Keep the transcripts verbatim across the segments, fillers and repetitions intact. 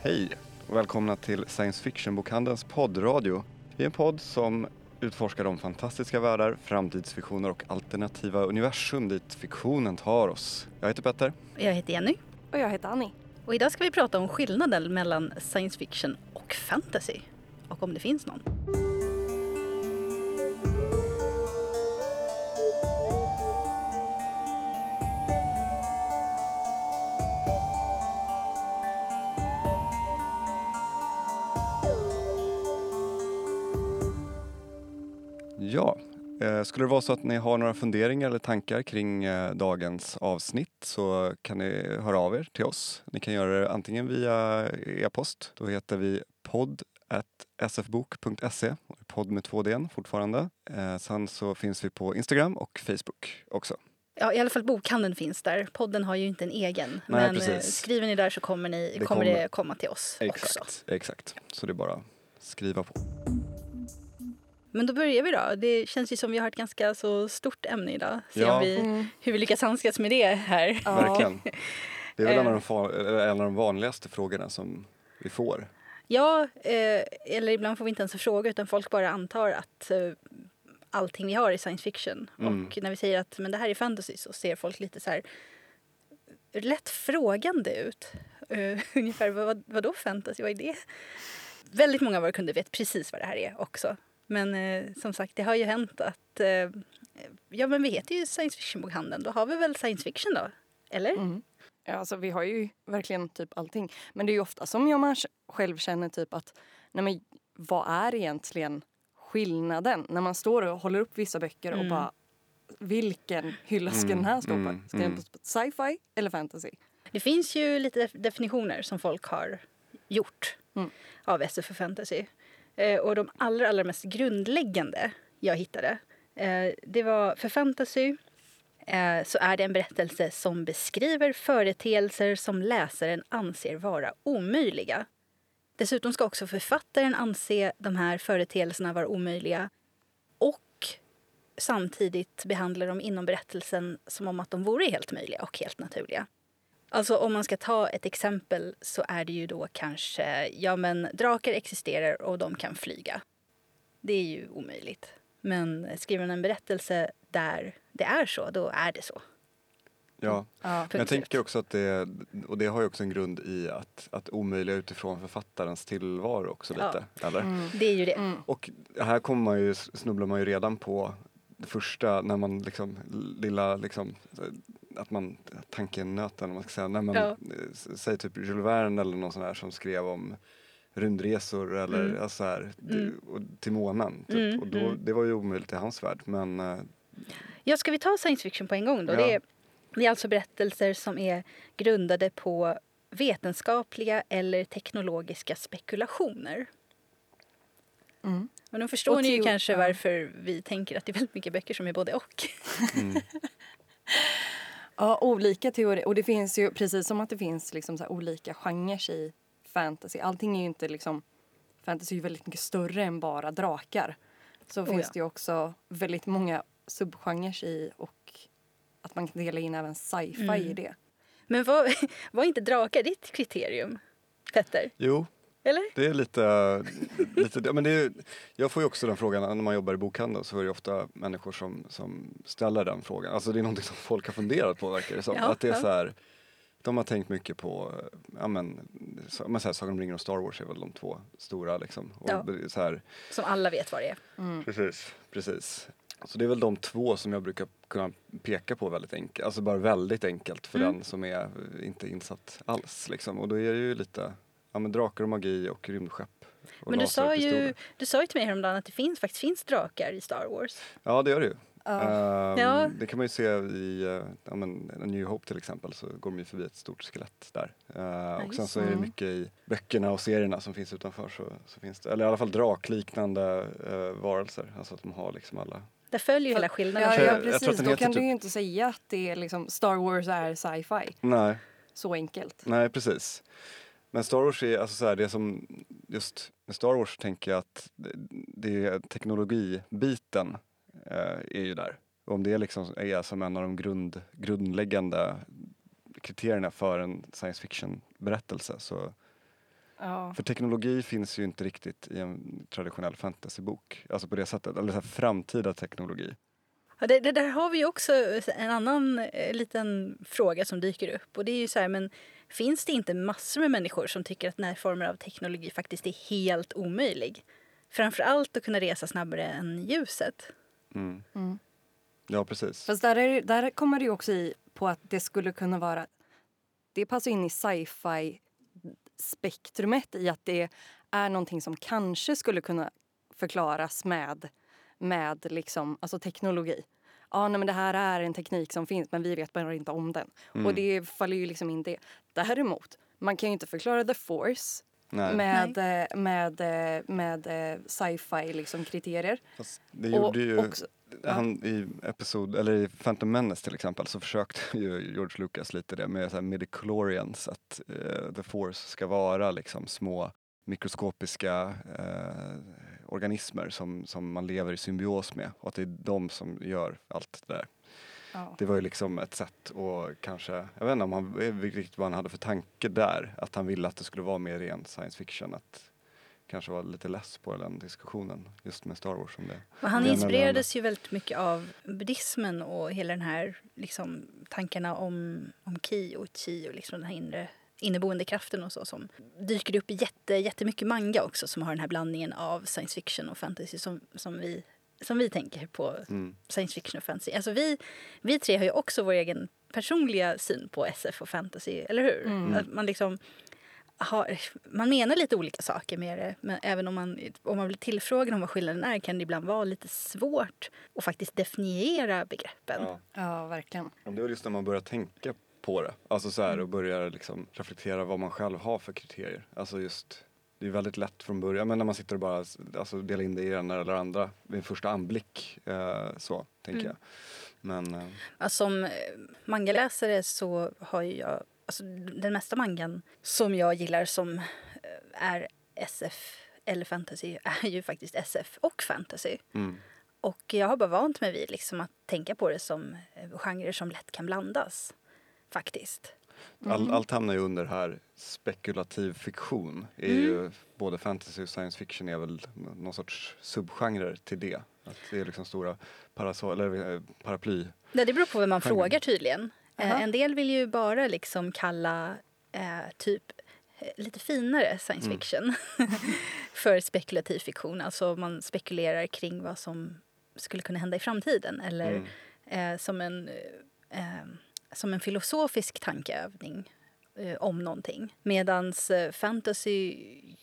Hej och välkomna till Science Fiction-bokhandelns poddradio. Vi är en podd som utforskar de fantastiska världar, framtidsfiktioner och alternativa universum dit fiktionen tar oss. Jag heter Petter. Jag heter Jenny. Och jag heter Annie. Och idag ska vi prata om skillnaden mellan science fiction och fantasy. Och om det finns någon. Ja, eh, skulle det vara så att ni har några funderingar eller tankar kring eh, dagens avsnitt så kan ni höra av er till oss. Ni kan göra det antingen via e-post. Då heter vi podd at s f bok punkt se. Podd med två d fortfarande. Eh, sen så finns vi på Instagram och Facebook också. Ja, i alla fall bokhandeln finns där. Podden har ju inte en egen. Nej, men precis. Skriver ni där så kommer, ni, Det kommer kommer. det komma till oss Exakt, också. exakt. Så det är bara att skriva på. Men då börjar vi då. Det känns ju som vi har ett ganska så stort ämne idag. Se Ja. om vi, Mm. hur vi lyckas handskas med det här. Ja. Verkligen. Det är väl en av, de, Eh. fa- eller en av de vanligaste frågorna som vi får. Ja, eh, eller ibland får vi inte ens en fråga utan folk bara antar att eh, allting vi har är science fiction. Mm. Och när vi säger att men det här är fantasy så ser folk lite så här lätt frågande ut. Uh, ungefär, vad, vad då fantasy? Vad är det? Väldigt många av våra kunder vet precis vad det här är också. Men eh, som sagt, det har ju hänt att eh, ja, men vi heter ju science fiction-bokhandeln. Då har vi väl science fiction då? Eller? Mm. Ja, alltså vi har ju verkligen typ allting. Men det är ju ofta som jag man själv känner typ att nej men vad är egentligen skillnaden? När man står och håller upp vissa böcker och Mm. bara vilken hylla ska den här stå på? mm, Ska den mm. på sci-fi eller fantasy? Det finns ju lite def- definitioner som folk har gjort Mm. av S F och fantasy. Eh, och de allra, allra mest grundläggande jag hittade, eh, det var för fantasy eh, så är det en berättelse som beskriver företeelser som läsaren anser vara omöjliga. Dessutom ska också författaren anse de här företeelserna vara omöjliga och samtidigt behandla dem inom berättelsen som om att de vore helt möjliga och helt naturliga. Alltså om man ska ta ett exempel så är det ju då kanske, ja men drakar existerar och de kan flyga. Det är ju omöjligt. Men skriver man en berättelse där det är så, då är det så. Ja. Ja. Men jag Punkt tänker slut. också att det, och det har ju också en grund i att, att omöjliga utifrån författarens tillvaro också lite, eller? Mm. Det är ju det. Mm. Och här kommer man ju, snubblar man ju redan på det första, när man liksom, lilla liksom, att man, tanken nöten, man ska säga, när man Ja. eh, säger typ Jules Verne eller någon sån här som skrev om rundresor eller Mm. alltså här, Mm. det, och till månen typ. Mm, Och då, mm. det var ju omöjligt i hans värld, men eh, Ja, ska vi ta science fiction på en gång då? Ja. Det, är, det är alltså berättelser som är grundade på vetenskapliga eller teknologiska spekulationer. Mm. Men då förstår Och ni ju teo- kanske ja. varför vi tänker att det är väldigt mycket böcker som är både och. mm, Ja, olika teorier. Och det finns ju, precis som att det finns liksom så här olika genrer i fantasy. Allting är ju inte liksom, fantasy är ju väldigt mycket större än bara drakar. Så Oh, finns ja. det ju också väldigt många subgenrer i och att man kan dela in även sci-fi Mm. i det. Men var, var inte drakar ditt kriterium, Petter? jo. Eller? Det är lite, lite ja, men det är, jag får ju också den frågan när man jobbar i bokhandeln, så är det ofta människor som, som ställer den frågan. Alltså det är någonting som folk har funderat på, verkar det som. Ja, att det är ja. så här, de har tänkt mycket på, ja men, så, men så här, Sagan om ringen och Star Wars är väl de två stora liksom. Och Ja. så här, Som alla vet vad det är. Mm. precis, precis. Så det är väl de två som jag brukar kunna peka på väldigt enkelt, alltså bara väldigt enkelt för Mm. den som är inte insatt alls liksom. Och då är det ju lite, ja men drakar och magi och rymdskepp. Och Men du laser och sa, ju, pistoler. du sa ju till mig häromdagen att det finns, faktiskt finns drakar i Star Wars. Ja, det gör det ju. Ja. Ehm, Ja. Det kan man ju se i uh, ja, men, A New Hope till exempel, så går de ju förbi ett stort skelett där. Uh, och sen just så är det det. mycket i böckerna och serierna som finns utanför, så, så finns det, eller i alla fall drakliknande uh, varelser, alltså att de har liksom alla. Där följer ju För- hela skillnaden. Ja, Jag- ja, jag tror att precis. den Då heter kan du typ- ju inte säga att det är liksom Star Wars är sci-fi. Nej, Så enkelt. nej precis. Men Star Wars är alltså så här, det som just med Star Wars tänker jag att det, det är teknologibiten uh, är ju där. Och om det liksom är som en av de grund, grundläggande kriterierna för en science fiction berättelse, så Ja. För teknologi finns ju inte riktigt i en traditionell fantasybok. Alltså på det sättet, eller så här framtida teknologi. Ja, det, det där har vi ju också en annan eh, liten fråga som dyker upp. Och det är ju så här, men finns det inte massor med människor som tycker att den här formen av teknologi faktiskt är helt omöjlig? Framförallt att kunna resa snabbare än ljuset. Mm. Mm. Ja, precis. Fast där, är, där kommer det ju också i på att det skulle kunna vara... Det passar in i sci-fi-spektrumet i att det är någonting som kanske skulle kunna förklaras med, med liksom, alltså teknologi. Ja, nej, men det här är en teknik som finns, men vi vet bara inte om den. Mm. Och det faller ju liksom in det. Däremot, man kan ju inte förklara the force Nej. med, eh, med, eh, med, med sci-fi liksom kriterier. Fast det gjorde ju... också, ja. Han i episod, eller i Phantom Menace till exempel, så försökte ju George Lucas lite det med så här midichlorians, att uh, the force ska vara liksom små mikroskopiska uh, organismer som, som man lever i symbios med, och att det är de som gör allt det där. Ja. Det var ju liksom ett sätt, och kanske, jag vet inte om han riktigt vad han hade för tanke där, att han ville att det skulle vara mer ren science fiction, att kanske var lite less på den diskussionen just med Star Wars. Som det. Och han det inspirerades ju väldigt mycket av buddhismen och hela den här liksom, tankarna om, om ki och chi och liksom den här inre, inneboende kraften och så, som dyker upp i jätte, jättemycket manga också, som har den här blandningen av science fiction och fantasy som, som, vi, som vi tänker på Mm. science fiction och fantasy. Alltså vi, vi tre har ju också vår egen personliga syn på S F och fantasy, eller hur? Mm. Att man liksom har, man menar lite olika saker med det, men även om man, om man blir tillfrågad om vad skillnaden är kan det ibland vara lite svårt att faktiskt definiera begreppen. Ja. Ja, verkligen. Ja, det är just när man börjar tänka på det, alltså så här, och börjar liksom reflektera vad man själv har för kriterier. Alltså just, det är väldigt lätt från början, men när man sitter och bara alltså, delar in det i ena eller andra vid en första anblick, eh, så tänker Mm. jag. Men, eh, Alltså, som mangaläsare så har ju jag, alltså, den mesta mangan som jag gillar som är S F eller fantasy är ju faktiskt S F och fantasy. mm. Och jag har bara vant mig vid liksom att tänka på det som genrer som lätt kan blandas, faktiskt. All, allt hamnar ju under här spekulativ fiktion. Är Mm. ju, både fantasy och science fiction är väl någon sorts subgenrer till det. Att det är liksom stora parasol, eller, eh, paraply. Ja, det beror på vem man Genren. frågar tydligen. Eh, Aha. en del vill ju bara liksom kalla eh, typ eh, lite finare science Mm. fiction för spekulativ fiktion. Alltså man spekulerar kring vad som skulle kunna hända i framtiden. Eller Mm. eh, som, en, eh, som en filosofisk tankeövning eh, om någonting. Medans eh, fantasy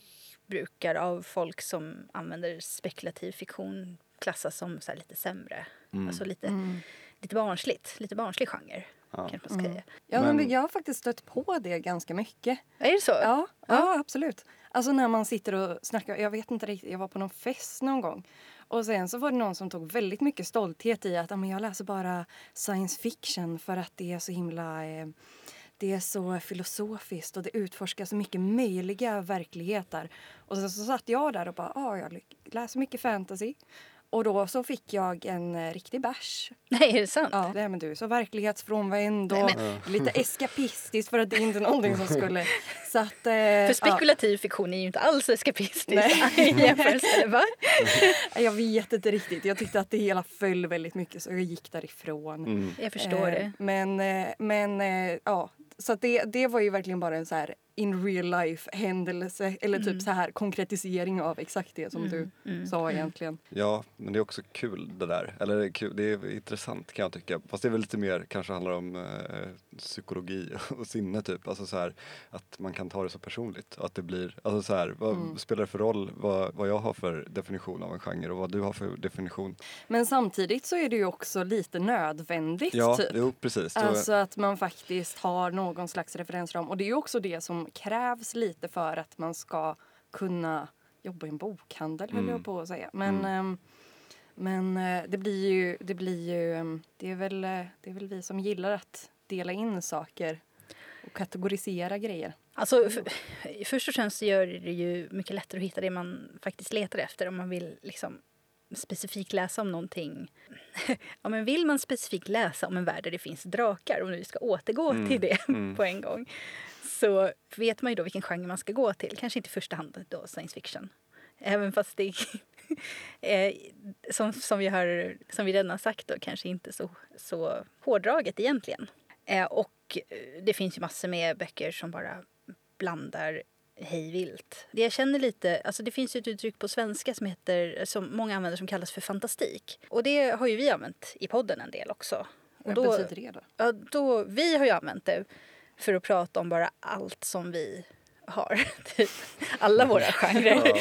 brukar av folk som använder spekulativ fiktion klassas som så här lite sämre. Mm. Alltså lite, Mm. lite barnsligt. Lite barnslig genre, Ja. kanske man ska Mm. säga. Ja, men... Men- jag har faktiskt stött på det ganska mycket. Är det så? Ja, ja, absolut. Alltså när man sitter och snackar, jag vet inte riktigt, jag var på någon fest någon gång. Och sen så var det någon som tog väldigt mycket stolthet i att ja, men jag läser bara science fiction för att det är så himla, eh, det är så filosofiskt och det utforskar så mycket möjliga verkligheter. Och sen så satt jag där och bara, ja, jag läser mycket fantasy. Och då så fick jag en eh, riktig bärs. Nej, är det sant? Ja, nej, men du är så verklighetsfrånvänd och Nej, lite eskapistiskt för att det är inte någonting som skulle... Så att, eh, För spekulativ fiktion är ju inte alls eskapistisk Nej. i jämförelse, va? ja, jag vet inte riktigt. Jag tyckte att det hela föll väldigt mycket så jag gick därifrån. Mm. Jag förstår Eh, det. Men, eh, men eh, ja, så att det, det var ju verkligen bara en så här in real life händelse eller typ Mm. så här konkretisering av exakt det som Mm, du mm, sa mm. egentligen. Ja, men det är också kul det där. Eller det är, kul, det är intressant kan jag tycka. Fast det är väl lite mer, kanske handlar om eh, psykologi och sinne typ. Alltså så här, att man kan ta det så personligt. Och att det blir, alltså så här, vad Mm. spelar det för roll vad, vad jag har för definition av en genre och vad du har för definition? Men samtidigt så är det ju också lite nödvändigt Ja, typ. jo precis. Alltså att man faktiskt har någon slags referensram. Och det är ju också det som krävs lite för att man ska kunna jobba i en bokhandel, höll Mm. jag på att säga. Men, Mm. ehm, men eh, det blir ju, det blir ju, ehm, det är väl, eh, det är väl vi som gillar att dela in saker och kategorisera grejer. Alltså, för, först och främst så gör det ju mycket lättare att hitta det man faktiskt letar efter om man vill liksom specifikt läsa om någonting. Ja, men vill man specifikt läsa om en värld där det finns drakar, och nu vi ska återgå Mm, till det mm. på en gång, så vet man ju då vilken genre man ska gå till. Kanske inte i första hand då science fiction. Även fast det är, som, som, vi har, som vi redan har sagt då, kanske inte så, så hårdraget egentligen. Eh, och det finns ju massor med böcker som bara blandar hejvilt. Det jag känner lite, alltså det finns ju ett uttryck på svenska som heter, som många använder, som kallas för fantastik. Och det har ju vi använt i podden en del också. Och Vad då, betyder det då? ja, då? Vi har ju använt det för att prata om bara allt som vi har. Typ alla våra genrer.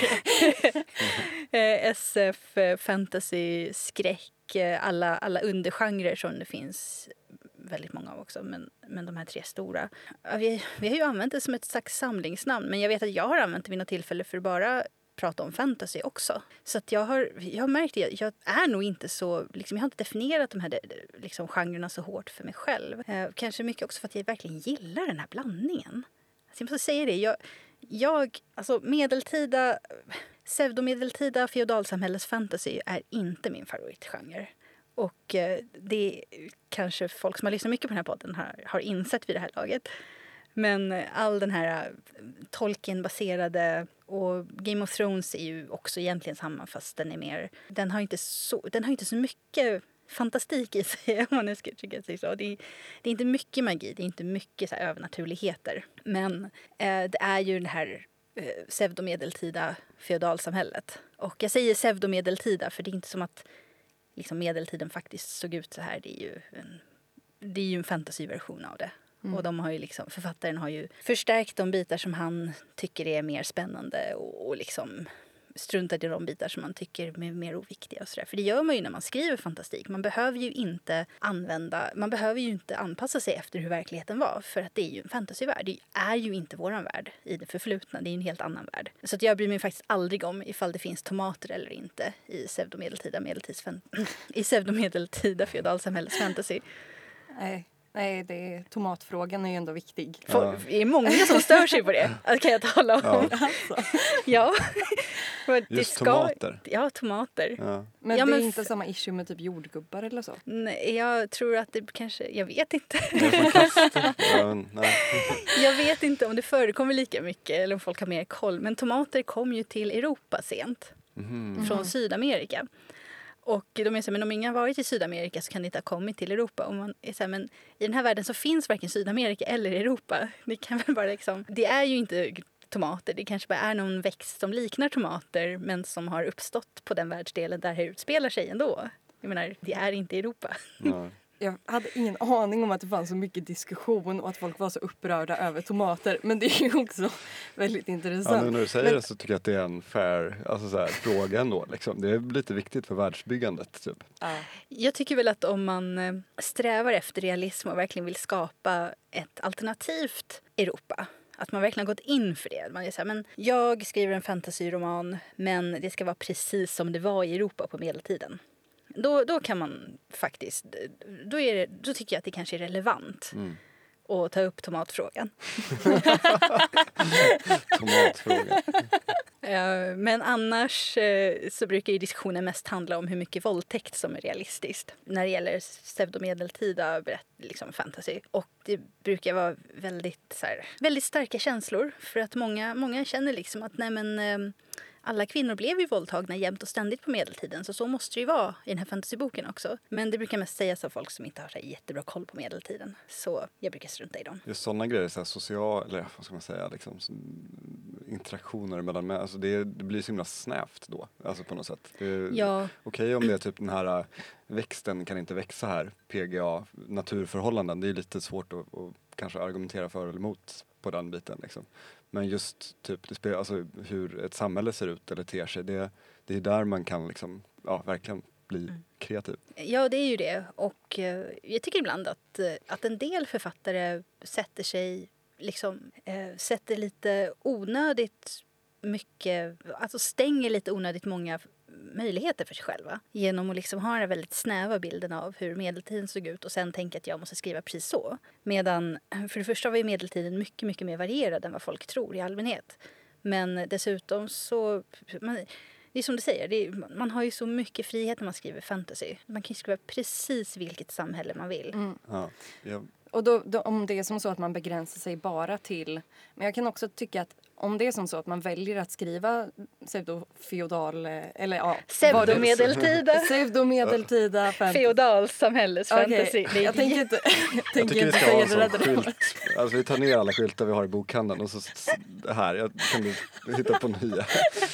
S F, fantasy, skräck, alla, alla undergenrer som det finns väldigt många av också, men, men de här tre stora. Ja, vi, vi har ju använt det som ett slags samlingsnamn, men jag vet att jag har använt det vid något tillfälle för att bara prata om fantasy också. Så att jag har, jag har märkt det, jag är nog inte så, liksom, jag har inte definierat de här liksom, genrerna så hårt för mig själv. Eh, kanske mycket också för att jag verkligen gillar den här blandningen. Så jag måste säga det, jag, jag alltså medeltida, pseudomedeltida feodalsamhälles fantasy är inte min favoritgenre. Och eh, det är kanske folk som har lyssnat mycket på den här podden har, har insett vid det här laget. Men all den här Tolkien-baserade, och Game of Thrones är ju också egentligen samma, fast den är mer, den har inte så, den har inte så mycket fantastik i sig, om man nu ska uttrycka sig så. Det är, det är inte mycket magi, det är inte mycket så här övernaturligheter. Men eh, det är ju det här eh, pseudomedeltida feodalsamhället. Och jag säger pseudomedeltida för det är inte som att liksom medeltiden faktiskt såg ut så här. Det är ju en, det är ju en fantasyversion av det. Mm. Och de har ju liksom, författaren har ju förstärkt de bitar som han tycker är mer spännande och, och liksom struntat i de bitar som man tycker är mer oviktiga och sådär. För det gör man ju när man skriver fantastik. Man behöver ju inte använda, man behöver ju inte anpassa sig efter hur verkligheten var, för att det är ju en fantasyvärld. Det är ju inte våran värld i det förflutna. Det är en helt annan värld. Så att jag bryr mig faktiskt aldrig om ifall det finns tomater eller inte i pseudomedeltida medeltidsfan- i pseudomedeltida feodalsamhällets fantasy. Nej. Nej, det är, tomatfrågan är ju ändå viktig. Ja. Det är många som stör sig på det, kan jag tala om. Ja. Ja. Just det ska, tomater. Ja, tomater. Ja. Men ja, det är men inte f- samma issue med typ jordgubbar eller så? Nej, jag tror att det kanske, jag vet inte. Det är fantastiskt. Ja, men, nej. Jag vet inte om det förekommer lika mycket eller om folk har mer koll. Men tomater kom ju till Europa sent. Mhm. Från Sydamerika. Och de är så här, men om ingen har varit i Sydamerika så kan det inte ha kommit till Europa. Och man är så här, men i den här världen så finns varken Sydamerika eller Europa. Det kan väl bara liksom, det är ju inte tomater. Det kanske bara är någon växt som liknar tomater men som har uppstått på den världsdelen där det utspelar sig ändå. Jag menar, det är inte Europa. Nej. Jag hade ingen aning om att det fanns så mycket diskussion och att folk var så upprörda över tomater. Men det är ju också väldigt intressant. Ja, nu när du säger Men- det så tycker jag att det är en fair alltså så här, fråga ändå. Liksom. Det är lite viktigt för världsbyggandet. Typ. Ja. Jag tycker väl att om man eh, strävar efter realism och verkligen vill skapa ett alternativt Europa, att man verkligen har gått in för det. Man är så här, men jag skriver en fantasyroman men det ska vara precis som det var i Europa på medeltiden. Då, då kan man faktiskt, då, är det, då tycker jag att det kanske är relevant Mm. att ta upp tomatfrågan. Tomatfråga. Eh, Men annars eh, så brukar ju diskussionen mest handla om hur mycket våldtäkt som är realistiskt när det gäller pseudomedeltida berätt, liksom fantasy. Och det brukar vara väldigt, så här, väldigt starka känslor för att många, många känner liksom att nej men, eh, alla kvinnor blev ju våldtagna jämt och ständigt på medeltiden, så så måste det ju vara i den här fantasyboken också. Men det brukar mest sägas av folk som inte har så här jättebra koll på medeltiden, så jag brukar strunta i dem. Just sådana grejer, så här social, eller vad ska man säga, liksom, så- interaktioner mellan människor, alltså det, det blir så himla snävt då, alltså på något sätt. Det är Ja, okej om det är typ den här äh, växten kan inte växa här, P G A, naturförhållanden, det är lite svårt att, att kanske argumentera för eller emot på den biten liksom. Men just typ, det spelar, alltså, hur ett samhälle ser ut eller ter sig, det, det är där man kan liksom, ja, verkligen bli kreativ. Ja, det är ju det. Och eh, jag tycker ibland att, eh, att en del författare sätter sig, liksom, eh, sätter lite onödigt mycket, alltså stänger lite onödigt många möjligheter för sig själva. Genom att liksom ha den här väldigt snäva bilden av hur medeltiden såg ut och sen tänka att jag måste skriva precis så. Medan, för det första var ju medeltiden mycket, mycket mer varierad än vad folk tror i allmänhet. Men dessutom så, man, det är som du säger, det är, man har ju så mycket frihet när man skriver fantasy. Man kan ju skriva precis vilket samhälle man vill. Mm. Ja, jag, Och då, då, om det är som så att man begränsar sig bara till... Men jag kan också tycka att om det är som så att man väljer att skriva pseudo-feodal... Eller ja... Pseudomedeltida. Pseudomedeltida fantasy. Feodalsamhälles fantasy. Okej, jag tänker inte, jag jag tänker tycker vi inte ska ha säga en det sån där. skylt. Alltså vi tar ner alla skyltar vi har i bokhandeln och så s- här, jag kan du hitta på nya.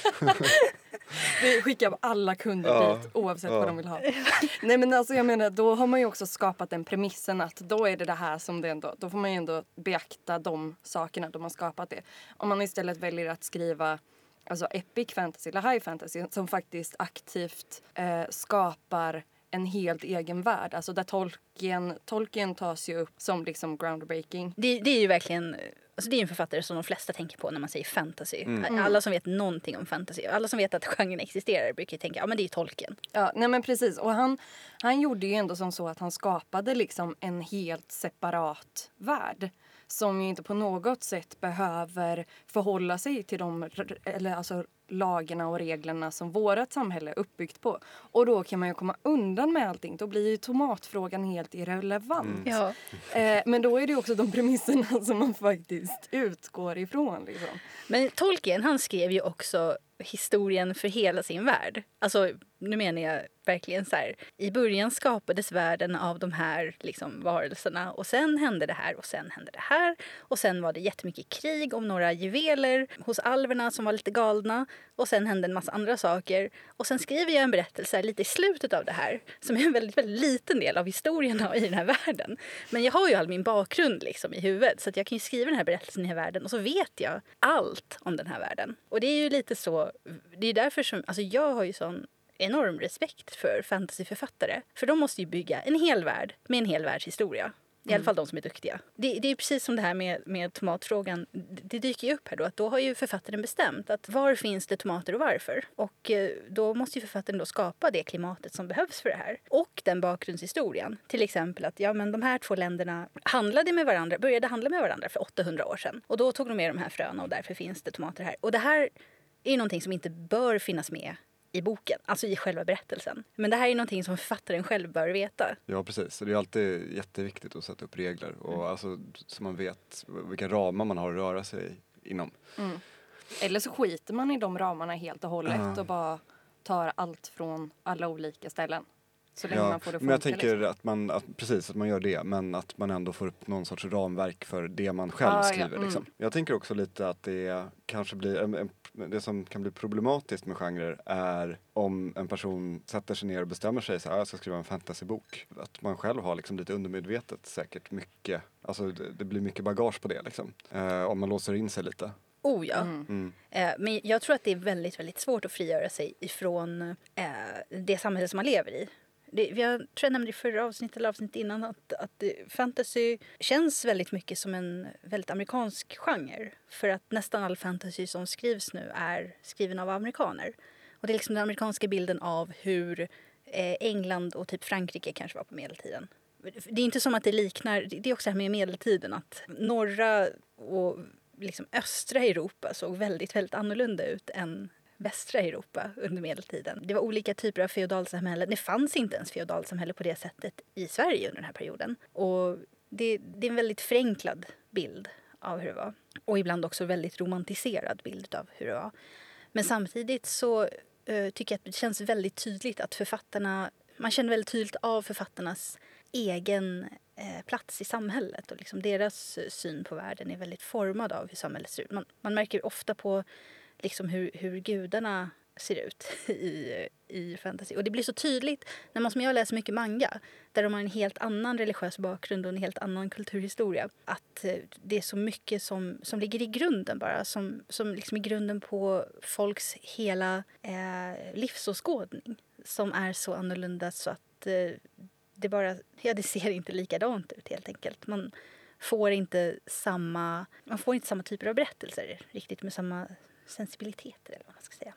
Vi skickar alla kunder Ja, dit oavsett ja. vad de vill ha. Nej men alltså jag menar, då har man ju också skapat den premissen att då är det det här som det ändå, då får man ju ändå beakta de sakerna då man skapat det. Om man istället väljer att skriva alltså epic fantasy eller high fantasy som faktiskt aktivt eh, skapar en helt egen värld. Alltså där Tolkien, Tolkien tas ju upp som liksom groundbreaking. Det, det är ju verkligen... Alltså det är en författare som de flesta tänker på när man säger fantasy. Mm. Alla som vet någonting om fantasy, alla som vet att genren existerar brukar ju tänka, ja men det är Tolkien. Ja, nej men precis. Och han, han gjorde ju ändå som så att han skapade liksom en helt separat värld. Som ju inte på något sätt behöver förhålla sig till de eller alltså, lagarna och reglerna som vårt samhälle är uppbyggt på. Och då kan man ju komma undan med allting. Då blir ju tomatfrågan helt irrelevant. Mm. Ja. Eh, men då är det ju också de premisserna som man faktiskt utgår ifrån. Liksom. Men Tolkien, han skrev ju också historien för hela sin värld. Alltså, nu menar jag verkligen så här. I början skapades världen av de här liksom, varelserna. Och sen hände det här och sen hände det här. Och sen var det jättemycket krig om några juveler hos alverna som var lite galna. Och sen hände en massa andra saker. Och sen skriver jag en berättelse lite i slutet av det här. Som är en väldigt, väldigt liten del av historien i den här världen. Men jag har ju all min bakgrund liksom, i huvudet. Så att jag kan ju skriva den här berättelsen i den här världen. Och så vet jag allt om den här världen. Och det är ju lite så. Det är därför som, alltså jag har ju sån enorm respekt för fantasyförfattare. För de måste ju bygga en hel värld med en hel världshistoria. I alla fall de som är duktiga. Det, det är precis som det här med, med tomatfrågan. Det dyker ju upp här då att då har ju författaren bestämt att var finns det tomater och varför? Och eh, då måste ju författaren då skapa det klimatet som behövs för det här. Och den bakgrundshistorien. Till exempel att ja, men de här två länderna handlade med varandra, började handla med varandra för åttahundra år sedan. Och då tog de med de här fröna och därför finns det tomater här. Och det här är någonting som inte bör finnas med i boken, alltså i själva berättelsen. Men det här är någonting som författaren själv bör veta. Ja, precis. Det är alltid jätteviktigt att sätta upp regler och Mm. alltså, så man vet vilka ramar man har att röra sig inom. Mm. Eller så skiter man i de ramarna helt och hållet Ja. och bara tar allt från alla olika ställen. Så länge Ja, man får det att men jag funka, tänker liksom. att man, att, precis att man gör det, men att man ändå får upp någon sorts ramverk för det man själv Ah, ja, skriver. mm. Liksom. Jag tänker också lite att det kanske blir, en, en, det som kan bli problematiskt med genrer är om en person sätter sig ner och bestämmer sig så här, jag ska skriva en fantasybok. Att man själv har liksom lite undermedvetet säkert mycket, alltså det, det blir mycket bagage på det liksom. Eh, om man låser in sig lite. Oh ja. Mm. Mm. Eh, men jag tror att det är väldigt, väldigt svårt att frigöra sig ifrån eh, det samhälle som man lever i. Det, jag tror jag nämnde i förra avsnittet eller avsnittet innan att, att eh, fantasy känns väldigt mycket som en väldigt amerikansk genre. För att nästan all fantasy som skrivs nu är skriven av amerikaner. Och det är liksom den amerikanska bilden av hur eh, England och typ Frankrike kanske var på medeltiden. Det är inte som att det liknar, det är också det här med medeltiden att norra och liksom östra Europa såg väldigt, väldigt annorlunda ut än västra Europa under medeltiden. Det var olika typer av feodalsamhällen. Det fanns inte ens feodalsamhälle på det sättet i Sverige under den här perioden. Och det, det är en väldigt förenklad bild av hur det var. Och ibland också väldigt romantiserad bild av hur det var. Men samtidigt så uh, tycker jag att det känns väldigt tydligt att författarna, man känner väldigt tydligt av författarnas egen eh, plats i samhället. Och liksom deras syn på världen är väldigt formad av hur samhället ser ut. Man, man märker ofta på liksom hur, hur gudarna ser ut i, i fantasy. Och det blir så tydligt när man som jag läser mycket manga, där de har en helt annan religiös bakgrund och en helt annan kulturhistoria. Att eh, det är så mycket som, som ligger i grunden bara, som, som liksom i grunden på folks hela eh, livsåskådning, som är så annorlunda så att eh, det bara, ja, det ser inte likadant ut helt enkelt. Man får inte samma, man får inte samma typer av berättelser riktigt med samma sensibiliteter eller vad man ska säga.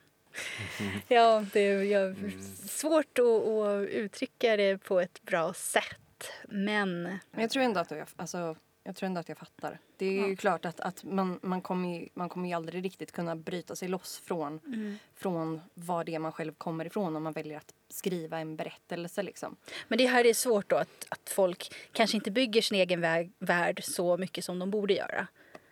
Ja, det är ja, svårt att, att uttrycka det på ett bra sätt. Men Men jag tror ändå att du, alltså, Jag tror ändå att jag fattar. Det är ju Ja. klart att, att man, man, kommer ju, man kommer ju aldrig riktigt kunna bryta sig loss från, Mm. från vad det är man själv kommer ifrån om man väljer att skriva en berättelse. Liksom. Men det här är svårt då att, att folk kanske inte bygger sin egen väg, värld så mycket som de borde göra.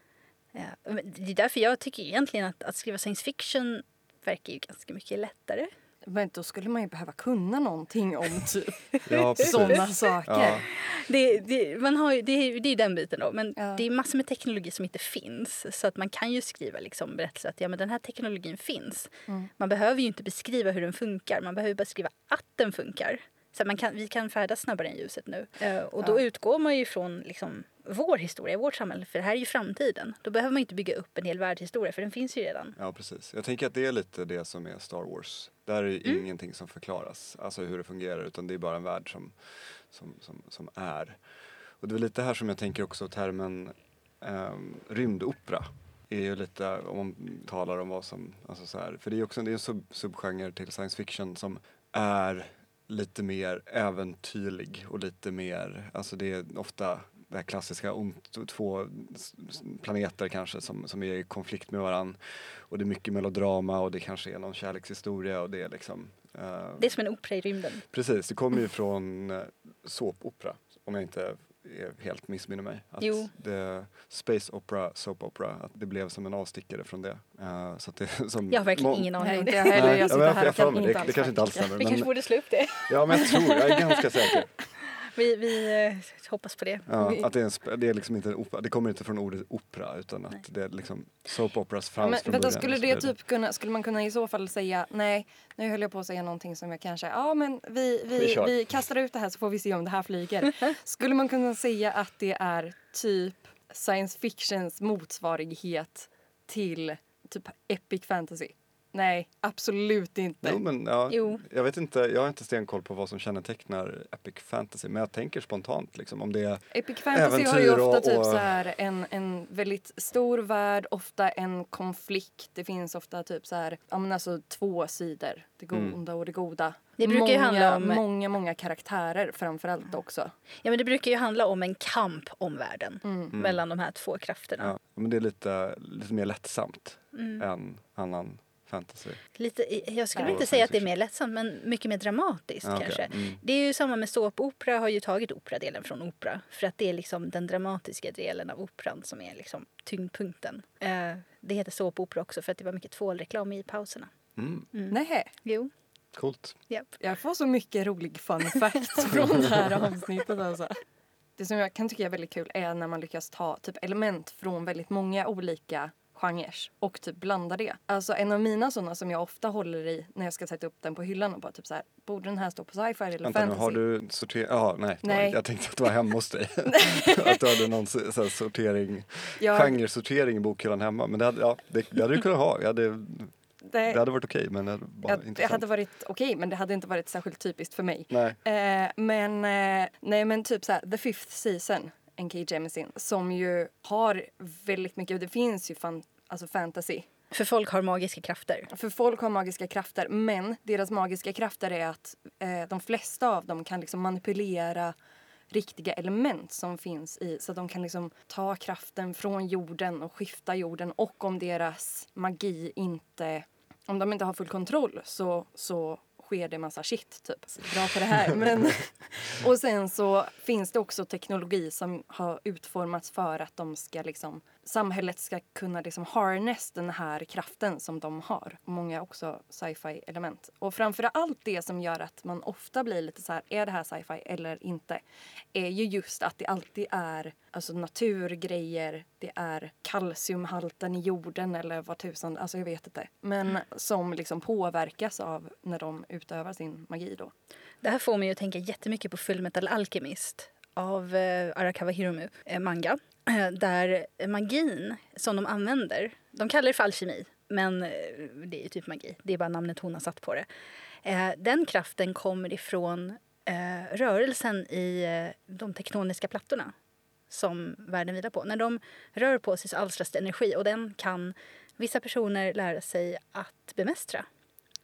Ja, men det är därför jag tycker egentligen att, att skriva science fiction verkar ju ganska mycket lättare. Men då skulle man ju behöva kunna någonting om typ Ja, precis. sådana saker. Ja. Det, det, man har ju, det, är, det är den biten då. Men Ja. det är massor med teknologi som inte finns. Så att man kan ju skriva liksom berättelser att ja, men den här teknologin finns. Mm. Man behöver ju inte beskriva hur den funkar. Man behöver bara skriva att den funkar. Så att man kan, vi kan färdas snabbare än ljuset nu. Eh, och då Ja. utgår man ju från liksom, vår historia, vårt samhälle. För det här är ju framtiden. Då behöver man inte bygga upp en hel världshistoria. För den finns ju redan. Ja, precis. Jag tänker att det är lite det som är Star Wars. Där är det Mm. ingenting som förklaras, alltså hur det fungerar, utan det är bara en värld som, som, som, som är. Och det är lite här som jag tänker också termen um, rymdopera. Är ju lite, om man talar om vad som, alltså så här, för det är också det är en sub, subgenre till science fiction som är lite mer äventyrlig och lite mer, alltså det är ofta det här klassiska om t- två s- s- planeter kanske som, som är i konflikt med varann. Och det är mycket melodrama och det kanske är någon kärlekshistoria och det är liksom... eh, Det är som en opera i rymden. Precis, det kommer ju från uh, såpopera, om jag inte är helt missminner mig. Att Jo. det, space opera, soap opera, att det blev som en avstickare från det. Eh, så att det som Jag har verkligen må- ingen aning Nej, om inte det. jag heller. Nej, Jag ja, men sitter här jag och får kan mig, inte det, alls det kanske inte alls faktiskt. stämmer. Vi Men, kanske borde slå upp det. ja, men jag tror, jag är ganska säker. Vi, vi eh, hoppas på det. Ja, Vi- att det är, en, sp- det är liksom inte en opera, det kommer inte från ordet opera utan att Nej. det är liksom soap operas Ja, fanns men, från vänta, början. skulle, och så det vidare. typ kunna, skulle man kunna i så fall säga nej, nu höll jag på att säga någonting som jag kanske, ja men vi, Vi vi, kör. vi kastar ut det här så får vi se om det här flyger. Skulle man kunna säga att det är typ science fictions motsvarighet till typ epic fantasy? Nej, absolut inte. Jo, men ja, Jo. jag vet inte, jag har inte stenkoll på vad som kännetecknar epic fantasy, men jag tänker spontant liksom om det är Epic fantasy har ju Äventyr ofta och- typ och- så här en, en väldigt stor värld, ofta en konflikt. Det finns ofta typ så här, ja men alltså två sidor, det Mm. goda och det goda. Det brukar många, ju handla om- många, många karaktärer framförallt också. Ja, men det brukar ju handla om en kamp om världen. Mm. Mellan de här två krafterna. ja, men det är lite, lite mer lättsamt Mm. än annan fantasy. Lite, jag skulle Nej. inte säga att det är mer lättsamt, men mycket mer dramatiskt Ja, okej. kanske. Mm. Det är ju samma med såpopera, har ju tagit operadelen från opera. För att det är liksom den dramatiska delen av operan som är liksom tyngdpunkten. Eh, det heter såpopera också för att det var mycket tvålreklam i pauserna. Mm. Mm. Nej, Jo, Coolt. japp. jag får så mycket rolig fun facts från det här avsnittet alltså. Det som jag kan tycka är väldigt kul är när man lyckas ta typ element från väldigt många olika genrer och typ blanda det. Alltså en av mina sådana som jag ofta håller i när jag ska sätta upp den på hyllan och bara typ så här, borde den här stå på sci-fi eller Vänta nu, fantasy? har du sorterat? Ja, nej, det var- Nej. jag tänkte att det var hemma hos dig. Att du hade någon så så här sortering, Jag- genresortering i bokhyllan hemma. Men det hade, ja, det, det hade du kunnat ha. Jag hade, det, det hade varit okej, men det hade bara ja, det intressant. hade varit okej men det hade inte varit särskilt typiskt för mig. Nej. Eh, men eh, nej men typ så här, The Fifth Season, N K Jemisin, som ju har väldigt mycket, det finns ju fan, alltså fantasy. För folk har magiska krafter. För folk har magiska krafter, men deras magiska krafter är att eh, de flesta av dem kan liksom manipulera riktiga element som finns i, så att de kan liksom ta kraften från jorden och skifta jorden, och om deras magi inte, om de inte har full kontroll så, så sker det massa shit typ. Bra på det här. Men, och sen så finns det också teknologi som har utformats för att de ska liksom, samhället ska kunna liksom harness den här kraften som de har. Många också sci-fi element. Och framför allt det som gör att man ofta blir lite så här, är det här sci-fi eller inte? Är ju just att det alltid är alltså naturgrejer, det är kalciumhalten i jorden eller vad tusan, alltså jag vet inte. Men som liksom påverkas av när de utövar sin magi då. Det här får mig att tänka jättemycket på Fullmetal Alchemist av eh, Arakawa Hiromu, eh, manga. Eh, där magin som de använder, de kallar det för alkemi, men eh, det är ju typ magi. Det är bara namnet hon har satt på det. Eh, den kraften kommer ifrån eh, rörelsen i eh, de tektoniska plattorna som världen vilar på. När de rör på sig så alstras det energi, och den kan vissa personer lära sig att bemästra.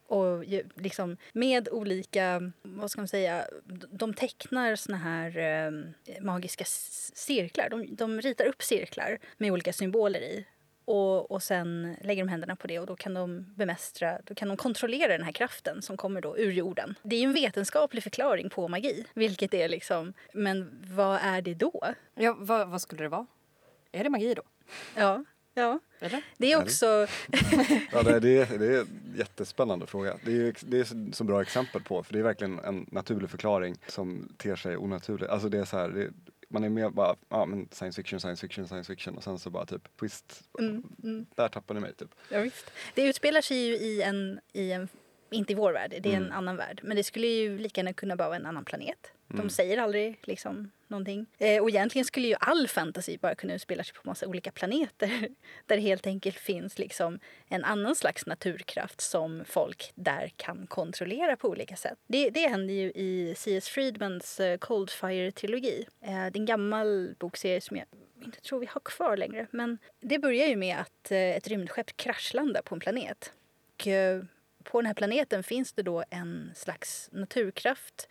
Och liksom med olika, vad ska man säga, de tecknar såna här eh, magiska cirklar. De, de ritar upp cirklar med olika symboler i. Och, och sen lägger de händerna på det och då kan de bemästra, då kan de kontrollera den här kraften som kommer då ur jorden. Det är ju en vetenskaplig förklaring på magi, vilket är liksom, men vad är det då? Ja, vad, vad skulle det vara? Är det magi då? Ja, ja. Eller? Det är också... Ja, det, är, det, är, det är en jättespännande fråga. Det är, det är så, så bra exempel på, för det är verkligen en naturlig förklaring som ter sig onaturlig. Alltså det är så här, det, man är mer bara, ja men science fiction, science fiction, science fiction och sen så bara typ twist, Mm, mm. där tappar ni mig typ. Ja, visst. Det utspelar sig ju i en, i en, inte i vår värld, det är en Mm. annan värld. Men det skulle ju lika gärna kunna vara en annan planet. De Mm. säger aldrig liksom någonting. Eh, och egentligen skulle ju all fantasy bara kunna utspela sig på massa olika planeter. Där det helt enkelt finns liksom en annan slags naturkraft som folk där kan kontrollera på olika sätt. Det, det händer ju i C S Friedmans eh, Coldfire-trilogi. Eh, det är en gammal bokserie som jag inte tror vi har kvar längre. Men det börjar ju med att eh, ett rymdskepp kraschlandar på en planet. Och eh, på den här planeten finns det då en slags naturkraft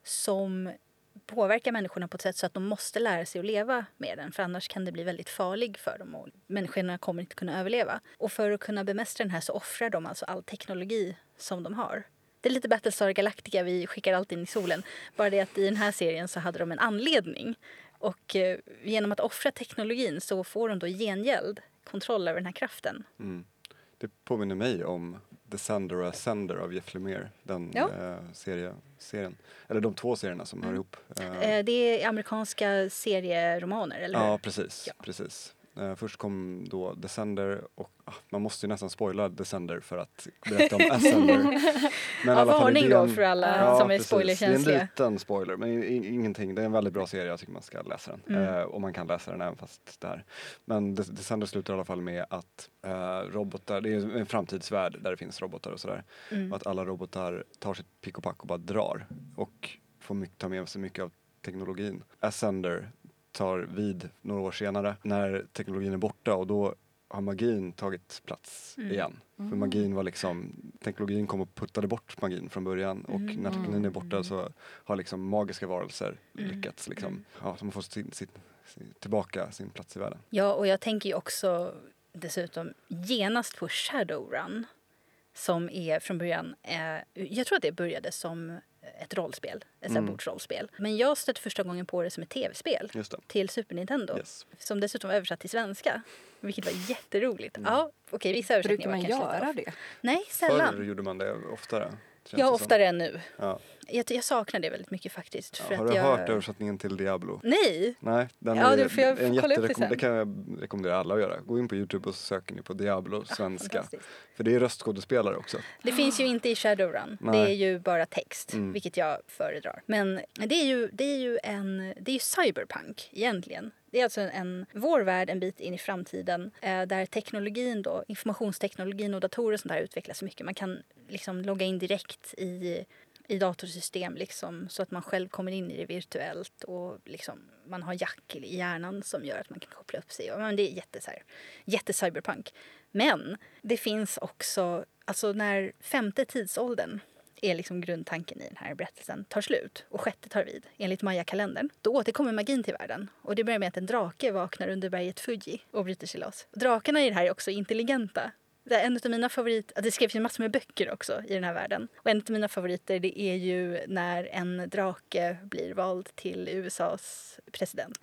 som påverkar människorna på ett sätt så att de måste lära sig att leva med den. För annars kan det bli väldigt farlig för dem och människorna kommer inte kunna överleva. Och för att kunna bemästra den här så offrar de alltså all teknologi som de har. Det är lite Battlestar Galactica, vi skickar allt in i solen. Bara det att i den här serien så hade de en anledning. Och eh, genom att offra teknologin så får de då gengäld kontroll över den här kraften. Mm. Det påminner mig om Descender och Ascender av Jeff Lemire, den Ja. eh, serie, serien. Eller de två serierna som Mm. hör ihop. Eh, Eh, det är amerikanska serieromaner, eller hur? ja, precis. Ja. precis. Eh, först kom då Descender och ah, man måste ju nästan spoila Descender för att berätta om Ascender. Men Ja, i alla fall varning idén- då för alla Ja, som är precis. Det är spoilerkänsliga. en liten spoiler, men i- i- ingenting. Det är en väldigt bra serie, jag tycker man ska läsa den. Mm. Eh, och man kan läsa den även fast där. Men Des- Descender slutar i alla fall med att eh, robotar, det är en framtidsvärld där det finns robotar och sådär. Mm. Och att alla robotar tar sitt pick och pack och bara drar. Och får mycket, ta med sig mycket av teknologin. Ascender tar vid några år senare när teknologin är borta och då har magin tagit plats Mm. igen. För magin var liksom, teknologin kom och puttade bort magin från början och Mm. när teknologin är borta så har liksom magiska varelser Mm. lyckats liksom, Mm. ja, de har fått sin, sin, sin, tillbaka sin plats i världen. Ja, och jag tänker ju också dessutom genast på Shadowrun som är från början, eh, jag tror att det började som ett rollspel, ett Mm. mm. bordsrollspel. Men jag stötte första gången på det som ett tv-spel Just det. till Super Nintendo. Yes. Som dessutom var översatt till svenska. Vilket var jätteroligt. Mm. Ja, okej, vissa översättningar Brukar var man kanske lite göra off. det? Nej, Förr sällan. gjorde man det oftare. känns Ja, det som. oftare än nu. Ja. Jag, jag saknar det väldigt mycket faktiskt. Ja, för har att du jag... hört översättningen till Diablo? Nej! Nej, den Ja, är, du får jag en kolla upp det jätterekom- sen. det kan jag rekommendera alla att göra. Gå in på YouTube och så söker ni på Diablo Ja, svenska. fantastiskt. För det är röstskådespelare också. Det finns ju inte i Shadowrun. Nej. Det är ju bara text, Mm. vilket jag föredrar. Men det är ju, det är ju, en, det är ju cyberpunk egentligen. Det är alltså en, en vår värld en bit in i framtiden eh, där teknologin då, informationsteknologin och datorer och sånt där utvecklas mycket. Man kan liksom logga in direkt i, i datorsystem liksom, så att man själv kommer in i det virtuellt och liksom, man har jack i hjärnan som gör att man kan koppla upp sig. Och, men det är jätte, så här, jätte cyberpunk. Men det finns också, alltså när femte tidsåldern är liksom grundtanken i den här berättelsen, tar slut och sjätte tar vid, enligt Maya-kalendern. Då återkommer magin till världen. Och det börjar med att en drake vaknar under berget Fuji och bryter sig loss. Drakarna i det här är också intelligenta. Det är en av mina favoriter, det skrevs ju massor med böcker också i den här världen. Och en av mina favoriter det är ju när en drake blir vald till U S A:s president.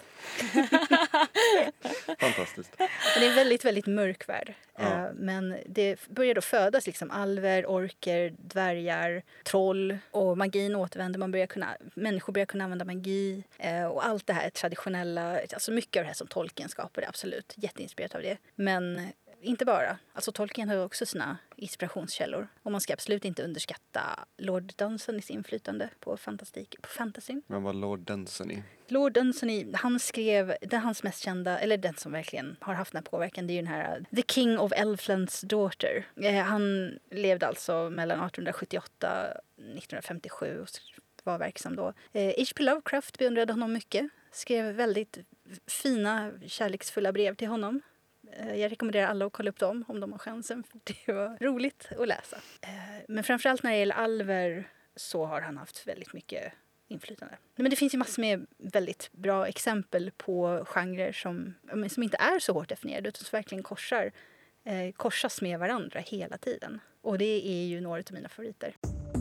Fantastiskt. Men det är en väldigt, väldigt mörk värld. Ja. Eh, Men det börjar då födas liksom alver, orker, dvärgar, troll och magin återvänder. Man börjar kunna, människor börjar kunna använda magi eh, och allt det här traditionella, alltså mycket av det här som Tolkien skapade, absolut. Jätteinspirerat av det. Men inte bara. Alltså Tolkien har också sina inspirationskällor. Och man ska absolut inte underskatta Lord Dunsany's inflytande på, fantastik, på fantasyn. Men vad Lord Dunsany? Lord Dunsany, han skrev, det är hans mest kända, eller den som verkligen har haft den här påverkan, det är ju den här The King of Elfland's Daughter. Eh, han levde alltså mellan arton sjuttioåtta och nitton femtiosju och var verksam då. Eh, H P Lovecraft beundrade honom mycket, skrev väldigt fina, kärleksfulla brev till honom. Eh, jag rekommenderar alla att kolla upp dem om de har chansen. För det var roligt att läsa. Eh, men framförallt när det gäller Alver så har han haft väldigt mycket inflytande. Men det finns ju massor med väldigt bra exempel på genrer som, som inte är så hårt definierade utan som verkligen korsar, eh, korsas med varandra hela tiden. Och det är ju några av mina favoriter.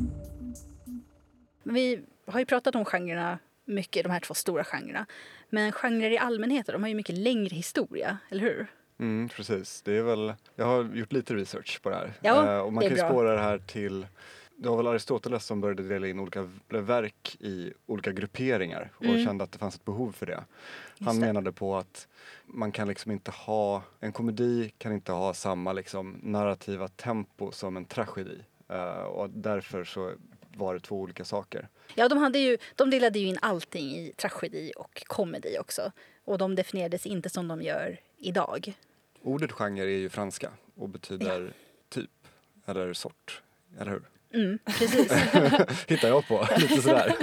Men vi har ju pratat om genrerna mycket, de här två stora genrerna. Men genrer i allmänhet, de har ju mycket längre historia, eller hur? Mm, precis. Det är väl, jag har gjort lite research på det här. Ja, eh, och man det är kan ju bra. spåra det här till, det var väl Aristoteles som började dela in olika verk i olika grupperingar och Mm. kände att det fanns ett behov för det. Han Just det. menade på att man kan liksom inte ha, en komedi kan inte ha samma liksom narrativa tempo som en tragedi. Eh, och därför så var det två olika saker. Ja, de, hade ju, de delade ju in allting i tragedi och komedi också. Och de definierades inte som de gör idag. Ordet genre är ju franska och betyder typ eller sort, eller hur? Mm, precis. Hittar jag på, lite sådär.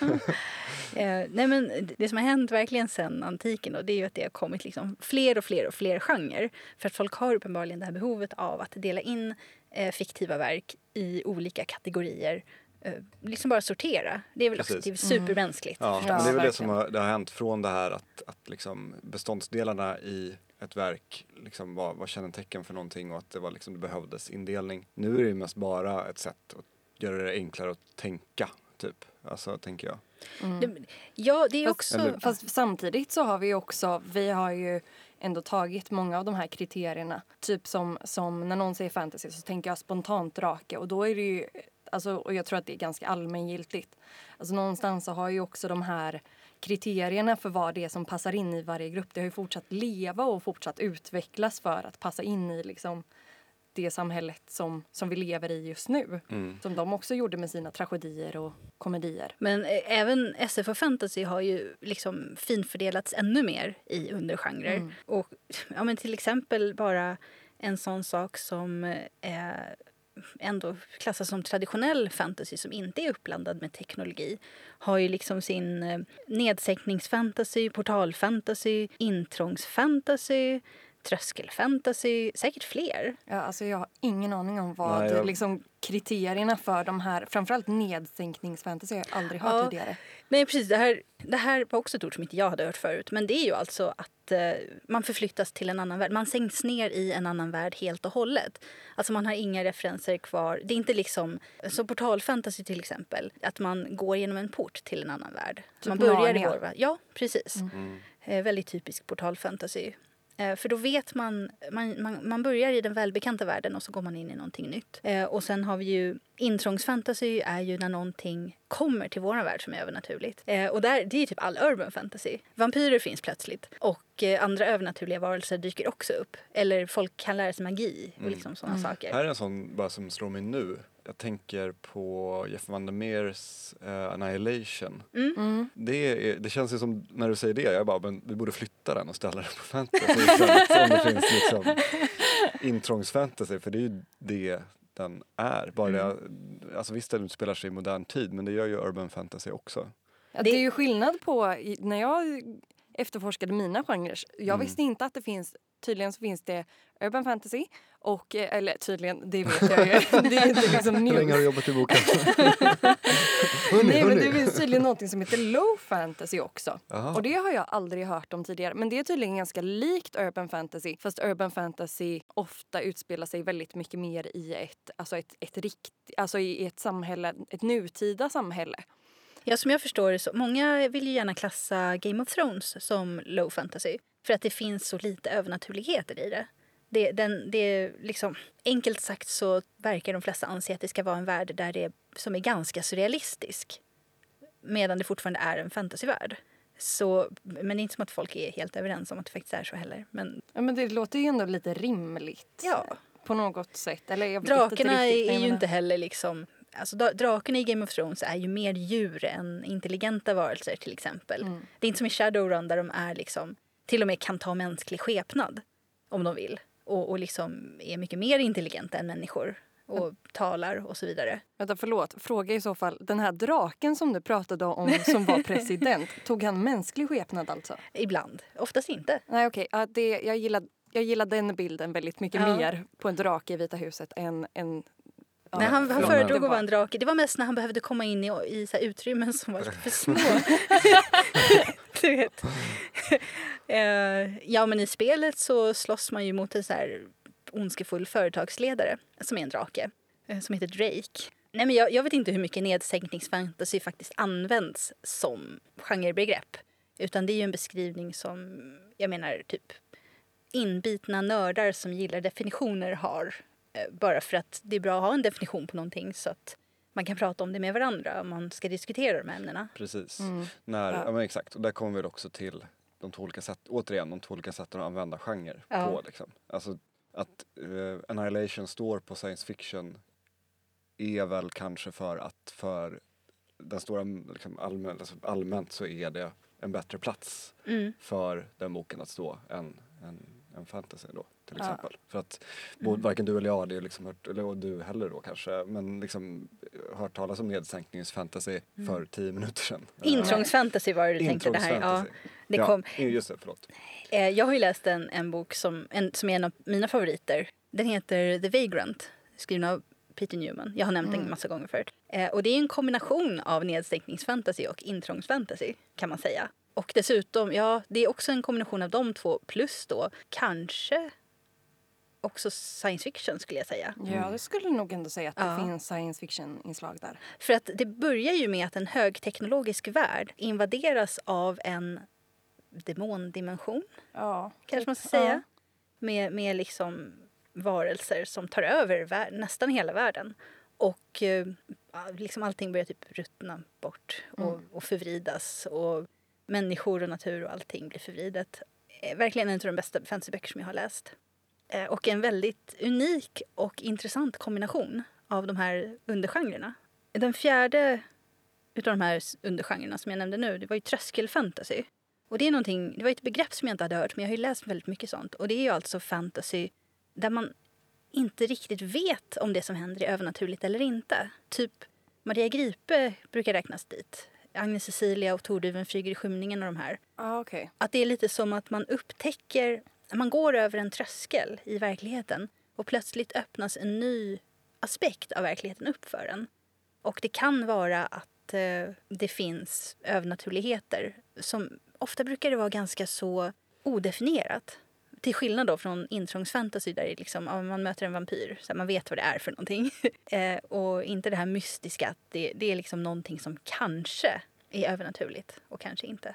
Eh, nej men det som har hänt verkligen sedan antiken då, det är ju att det har kommit liksom fler och fler och fler genrer. För att folk har uppenbarligen det här behovet av att dela in eh, fiktiva verk i olika kategorier. Eh, liksom bara sortera. Det är väl också, det är supermänskligt. Ja, förstås. men det är väl det verkligen. som har, det har hänt från det här att, att liksom beståndsdelarna i ett verk liksom var, var kännetecken för någonting och att det, var liksom, det behövdes indelning. Nu är det ju mest bara ett sätt att göra det enklare att tänka, typ. Alltså, tänker jag. Det, ja, det är Fast, också... eller- fast samtidigt så har vi också, vi har ju ändå tagit många av de här kriterierna. Typ som, som när någon säger fantasy så tänker jag spontant drake och då är det ju, alltså, och jag tror att det är ganska allmängiltigt. Alltså någonstans så har ju också de här kriterierna för vad det är som passar in i varje grupp. Det har ju fortsatt leva och fortsatt utvecklas för att passa in i liksom det samhället som, som vi lever i just nu. Mm. Som de också gjorde med sina tragedier och komedier. Men eh, även S F och fantasy har ju liksom finfördelats ännu mer i undergenrer. Mm. Och ja, men till exempel bara en sån sak som eh, ändå klassas som traditionell fantasy som inte är uppblandad med teknologi har ju liksom sin eh, nedsänkningsfantasy, portalfantasy, intrångsfantasy, tröskelfantasy, säkert fler. Ja, alltså jag har ingen aning om vad Nej, jag- liksom, kriterierna för de här, framförallt nedsänkningsfantasy har jag aldrig hört Ja. tidigare. Nej, precis. Det här, det här var också ett ord som inte jag hade hört förut. Men det är ju alltså att eh, man förflyttas till en annan värld. Man sänks ner i en annan värld helt och hållet. Alltså man har inga referenser kvar. Det är inte liksom, som portalfantasy till exempel, att man går genom en port till en annan värld. Typ man börjar i Narnia. vår värld. Ja, precis. Mm. Eh, väldigt typisk portalfantasy. Eh, för då vet man, man, man, man börjar i den välbekanta världen och så går man in i någonting nytt. Eh, och sen har vi ju intrångsfantasy är ju när någonting kommer till vår värld som är övernaturligt. Eh, och där, det är ju typ all urban fantasy. Vampyrer finns plötsligt och eh, andra övernaturliga varelser dyker också upp. Eller folk kan lära sig magi och liksom sådana saker. Här är en sån bara som slår mig nu. Jag tänker på Jeff Van der Meers uh, Annihilation. Mm. Det, är, det känns ju som, när du säger det, jag bara, men vi borde flytta den och ställa den på fantasy istället. Om det finns liksom intrångsfantasy, för det är ju det den är. Bara det, alltså visst den utspelar sig i modern tid, men det gör ju urban fantasy också. Ja, det är ju skillnad på, i- när jag efterforskade mina genrer, jag Mm. visste inte att det finns, tydligen så finns det urban fantasy och, eh, eller tydligen, det vet jag ju, det är inte liksom Hur länge har du news. jobbat i boken? hörni, Nej, men hörni. det finns tydligen något som heter low fantasy också. Jaha. Och det har jag aldrig hört om tidigare. Men det är tydligen ganska likt urban fantasy. Fast urban fantasy ofta utspelar sig väldigt mycket mer i ett, alltså ett, ett rikt, alltså i ett samhälle, ett nutida samhälle. Ja, som jag förstår det så, många vill ju gärna klassa Game of Thrones som low fantasy. För att det finns så lite övernaturligheter i det. Det, den, det är liksom, enkelt sagt så verkar de flesta anse att det ska vara en värld där det, som är ganska surrealistisk. Medan det fortfarande är en fantasyvärld. Så, men det är inte som att folk är helt överens om att det faktiskt är så heller. Men Ja, men det låter ju ändå lite rimligt. ja, På något sätt. Eller jag vet drakarna inte riktigt, men är jag ju menar- inte heller liksom... Alltså, dra- drakarna i Game of Thrones är ju mer djur än intelligenta varelser till exempel. Mm. Det är inte som i Shadowrun där de är liksom, till och med kan ta mänsklig skepnad om de vill. Och, och liksom är mycket mer intelligenta än människor och talar och så vidare. Vänta, förlåt. Fråga i så fall. Den här draken som du pratade om som var president, tog han mänsklig skepnad alltså? Ibland, oftast inte. Nej, okej. Ja, det, jag, gillar, jag gillar den bilden väldigt mycket Ja. mer på en drake i Vita huset än... än ja, Nej, han han Ja, föredrog det att vara en drake. Det var mest när han behövde komma in i, i så här utrymmen som var lite för små. Du vet. Eh, ja, men i spelet så slåss man ju mot en så här ondskefull företagsledare som är en drake, eh, som heter Drake. Nej, men jag, jag vet inte hur mycket nedsänkningsfantasy faktiskt används som genrebegrepp. Utan det är ju en beskrivning som, jag menar, typ inbitna nördar som gillar definitioner har. Eh, bara för att det är bra att ha en definition på någonting så att man kan prata om det med varandra om man ska diskutera de här ämnena. Precis. Mm. När, Ja. ja. men exakt. Och där kommer vi också till de två olika sätt, återigen de två olika sätten att använda genre Ja. på. Liksom. Alltså att uh, Annihilation står på science fiction är väl kanske för att för den stora liksom, allmän, alltså, allmänt så är det en bättre plats Mm. för den boken att stå än, än, än fantasy då till Ja. exempel. För att både, varken du eller jag, det är liksom hört, eller och du heller då kanske, men liksom hört talas om nedsänkningsfantasy Mm. för tio minuter sedan. Intrångsfantasy var det du tänkte det här. Ja, Intrångsfantasy. det Ja, kom. just det, förlåt. Eh, jag har ju läst en, en bok som, en, som är en av mina favoriter. Den heter The Vagrant, skriven av Peter Newman. Jag har nämnt den en massa gånger förut. Eh, och det är en kombination av nedsänkningsfantasy och intrångsfantasy kan man säga. Och dessutom, ja, det är också en kombination av de två plus då kanske också science fiction skulle jag säga. Ja, det skulle nog ändå säga att det Ja. finns science fiction-inslag där. För att det börjar ju med att en högteknologisk värld invaderas av en demondimension, Ja, kanske man ska Ja. säga. Med, med liksom varelser som tar över vär- nästan hela världen. Och eh, ja, liksom allting börjar typ ruttna bort och, Mm. och förvridas. Och människor och natur och allting blir förvridet. Eh, verkligen en av de bästa fantasyböcker som jag har läst. Eh, och en väldigt unik och intressant kombination av de här undergenrerna. Den fjärde utav de här undergenrerna som jag nämnde nu, det var ju tröskelfantasy. Och det är någonting, det var ett begrepp som jag inte hade hört, men jag har ju läst väldigt mycket sånt. Och det är ju alltså fantasy där man inte riktigt vet om det som händer är övernaturligt eller inte. Typ Maria Gripe brukar räknas dit. Agnes Cecilia och Torduven flyger i skymningen och de här. Ja, okej. Att det är lite som att man upptäcker, man går över en tröskel i verkligheten och plötsligt öppnas en ny aspekt av verkligheten upp för en. Och det kan vara att eh, det finns övernaturligheter som ofta brukar det vara ganska så odefinierat. Till skillnad då från intrångsfantasy där det liksom, ja, man möter en vampyr så man vet vad det är för någonting. eh, och inte det här mystiska att det, det är liksom någonting som kanske är övernaturligt och kanske inte.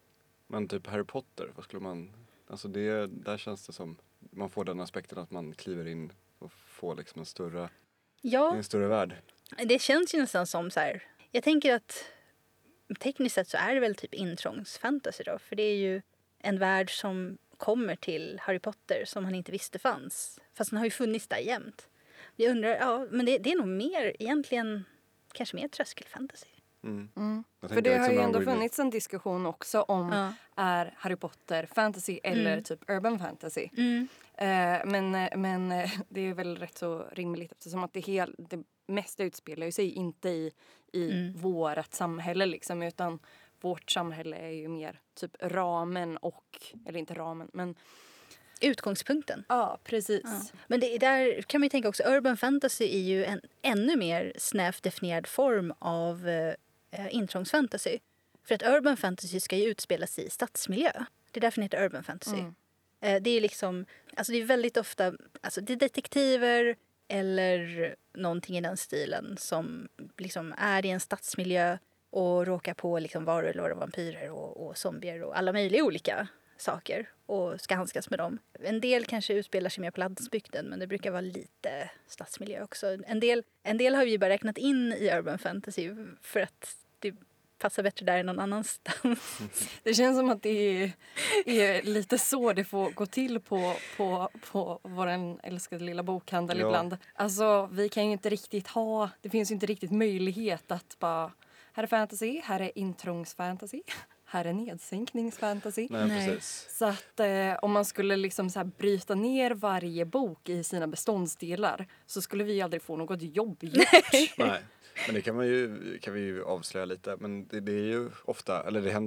Men typ Harry Potter, vad skulle man, alltså det, där känns det som, man får den aspekten att man kliver in och får liksom en större, Ja, en större värld. det känns ju nästan som så här. Jag tänker att tekniskt sett så är det väl typ intrångsfantasy då. För det är ju en värld som kommer till Harry Potter som han inte visste fanns. Fast den har ju funnits där jämt. Jag undrar, ja, men det, det är nog mer egentligen, kanske mer tröskelfantasy. Mm. Mm. Jag För tänker det har liksom ju när ändå de går in i- funnits en diskussion också om Ja. är Harry Potter fantasy eller Mm. typ urban fantasy. Mm. Eh, men, men eh, det är väl rätt så rimligt eftersom att det, hel, det mesta utspelar ju sig inte i, i Mm. vårat samhälle liksom, utan vårt samhälle är ju mer typ ramen och, eller inte ramen, men Utgångspunkten. ja, precis. Ja. Men det, där kan man ju tänka också, urban fantasy är ju en ännu mer snävt definierad form av eh, intrångsfantasy. För att urban fantasy ska ju utspelas i stadsmiljö. Det är därför den heter urban fantasy. Mm. Eh, det är liksom, alltså det är väldigt ofta, alltså det är detektiver eller någonting i den stilen som liksom är i en stadsmiljö och råkar på liksom varulvar och vampyrer och, och zombier och alla möjliga olika saker och ska handskas med dem. En del kanske utspelar sig mer på landsbygden, men det brukar vara lite stadsmiljö också. En del, en del har vi ju bara räknat in i urban fantasy för att det passar bättre där än någon annanstans. Det känns som att det är, är lite så det får gå till på, på, på vår älskade lilla bokhandel Ja. ibland. Alltså, vi kan ju inte riktigt ha, det finns ju inte riktigt möjlighet att bara, här är fantasy, här är intrångsfantasy, här är nedsänkningsfantasy. Nej, Nej. precis. Så att eh, om man skulle liksom så här bryta ner varje bok i sina beståndsdelar så skulle vi aldrig få något jobb gjort. Nej, men det kan, man ju, kan vi ju avslöja lite. Men det, det är ju ofta, eller det händer ju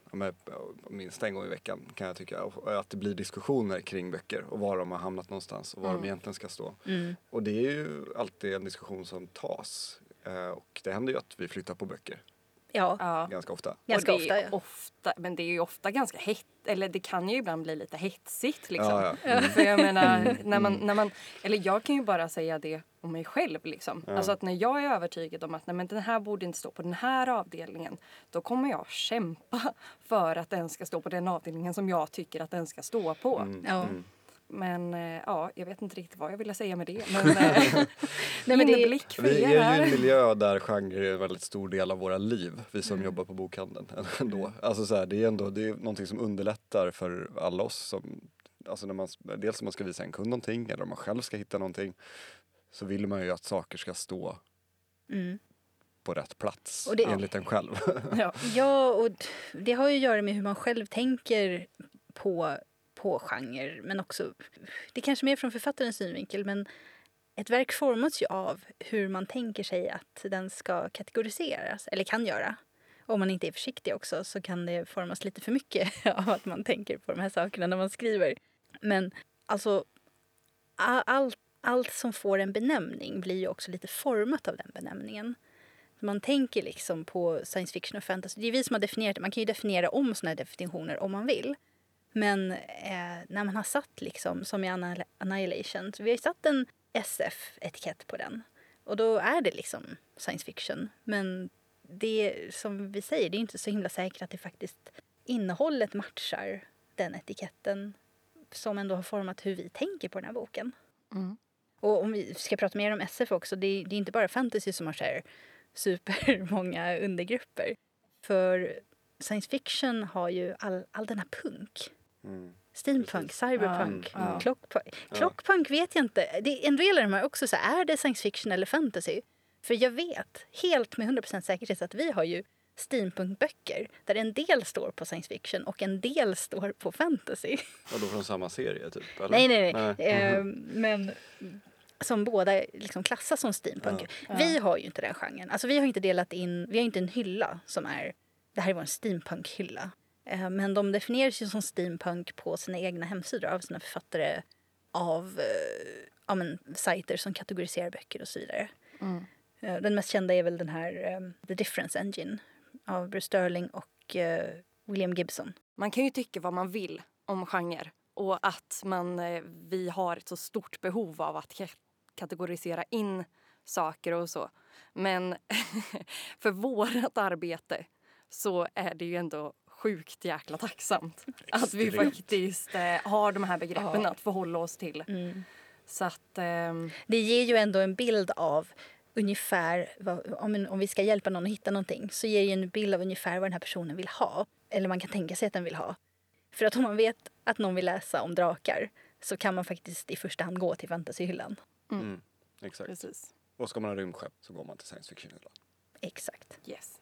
ja, men, minst en gång i veckan kan jag tycka. Att det blir diskussioner kring böcker och var de har hamnat någonstans och var mm. de egentligen ska stå. Mm. Och det är ju alltid en diskussion som tas. Eh, och det händer ju att vi flyttar på böcker. Ja. ja. Ganska ofta. Ganska och det ofta, är ja. ofta. Men det är ju ofta ganska hett, eller det kan ju ibland bli lite hetsigt liksom. Ja, ja. Mm. För jag menar, när man, när man, eller jag kan ju bara säga det om mig själv liksom. Ja. Alltså att när jag är övertygad om att nej, men den här borde inte stå på den här avdelningen, då kommer jag kämpa för att den ska stå på den avdelningen som jag tycker att den ska stå på. Mm. Ja. Mm. Men eh, ja, jag vet inte riktigt vad jag ville säga med det. Men, eh, Nej, men det, inblick för Vi er är ju här. en miljö där genre är en väldigt stor del av våra liv. Vi som Mm. jobbar på bokhandeln ändå. Alltså så här, det är ändå det är någonting som underlättar för alla oss. Som, alltså när man, dels om man ska visa en kund någonting eller om man själv ska hitta någonting. Så vill man ju att saker ska stå mm. på rätt plats Och det- enligt en själv. Ja. Ja, och det har ju att göra med hur man själv tänker på, på genre. Men också, det är kanske mer från författarens synvinkel, men ett verk formas ju av hur man tänker sig att den ska kategoriseras, eller kan göra. Om man inte är försiktig också så kan det formas lite för mycket av att man tänker på de här sakerna när man skriver. Men alltså, a- allt, allt som får en benämning blir ju också lite format av den benämningen. Man tänker liksom på science fiction och fantasy. Det är vi som har definierat det. Man kan ju definiera om såna här definitioner om man vill. Men eh, när man har satt liksom, som i Anna- Annihilation, så vi har ju satt en S F-etikett på den. Och då är det liksom science fiction. Men det som vi säger, det är inte så himla säkert att det faktiskt innehållet matchar den etiketten som ändå har format hur vi tänker på den här boken. Mm. Och om vi ska prata mer om S F också, det är, det är inte bara fantasy som har så här supermånga undergrupper. För science fiction har ju all, all denna punk. Mm. Steampunk, Precis. cyberpunk, Ja, ja. clockpunk. Clockpunk vet jag inte. Det, en del av dem är också så här, är det science fiction eller fantasy? För jag vet helt med hundra procent säkerhet att vi har ju steampunkböcker där en del står på science fiction och en del står på fantasy. Och då från samma serie typ? Eller? Nej, nej, nej. nej. Eh, men som båda liksom klassas som steampunk. Ja. Vi har ju inte den genren. Alltså vi har inte delat in, vi har inte en hylla som är, det här är vår steampunk-hylla. Eh, men de definieras ju som steampunk på sina egna hemsidor av sina författare, av eh, ja, men, sajter som kategoriserar böcker och så vidare. Mm. Eh, den mest kända är väl den här um, The Difference Engine av Bruce Sterling och eh, William Gibson. Man kan ju tycka vad man vill om genre och att man, eh, vi har ett så stort behov av att ka- kategorisera in saker och så. Men för vårt arbete så är det ju ändå sjukt jäkla tacksamt att vi Extremt. faktiskt eh, har de här begreppen Ja. att förhålla oss till. Mm. Så att, ehm, Det ger ju ändå en bild av ungefär, vad, om, om vi ska hjälpa någon att hitta någonting, så ger det ju en bild av ungefär vad den här personen vill ha. Eller man kan tänka sig att den vill ha. För att om man vet att någon vill läsa om drakar så kan man faktiskt i första hand gå till fantasyhyllan. Mm. Exakt. precis. Och ska man ha rymdskepp så går man till science fiction-hyllan. Exakt. Yes.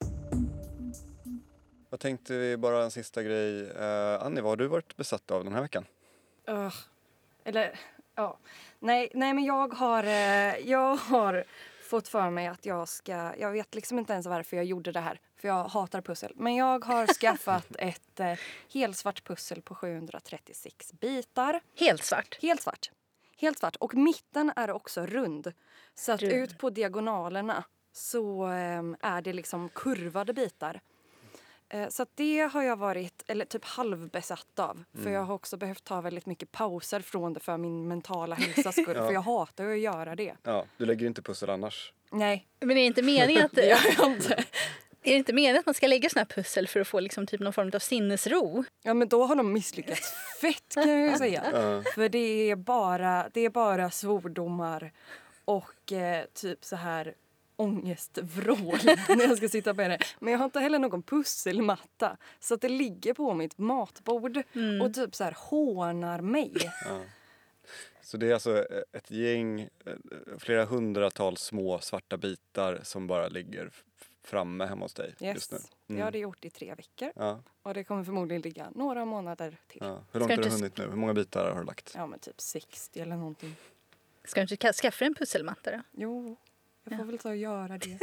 Jag tänkte vi bara en sista grej. Uh, Annie, vad har du varit besatt av den här veckan? Uh, eller, ja. Nej, nej, men jag har, eh, jag har fått för mig att jag ska... Jag vet liksom inte ens varför jag gjorde det här. För jag hatar pussel. Men jag har skaffat ett eh, helsvart pussel på sjuhundratrettiosex bitar. Helt svart. Helt svart. Helt svart. Och mitten är också rund. Så att Rund. ut på diagonalerna så eh, är det liksom kurvade bitar. Eh, så att det har jag varit, eller typ halvbesatt av. För Mm. jag har också behövt ta väldigt mycket pauser från det för min mentala hälsas skull. Ja. För jag hatar ju att göra det. Ja, du lägger inte pussel annars. Nej, Men är det inte meningen att, det är gör jag inte. det inte meningen att man ska lägga såna här pussel för att få liksom typ någon form av sinnesro? Ja, men då har de misslyckats fett kan jag ju säga. Ja. För det är bara, det är bara svordomar och eh, typ så här ångestvrål när jag ska sitta med det. Men jag har inte heller någon pusselmatta. Så att det ligger på mitt matbord Mm. och typ så här hånar mig. Ja. Så det är alltså ett gäng, eh, flera hundratals små svarta bitar som bara ligger f- framme hemma hos dig just nu. Yes. Mm. Det har det gjort i tre veckor. Ja, Och det kommer förmodligen ligga några månader till. Ja, ja. Hur långt Ska har du inte- hunnit nu? Hur många bitar har du lagt? men typ sextio eller någonting. Ska du inte ka- skaffa en pusselmatta då? Jo, Jag får väl ta och göra det.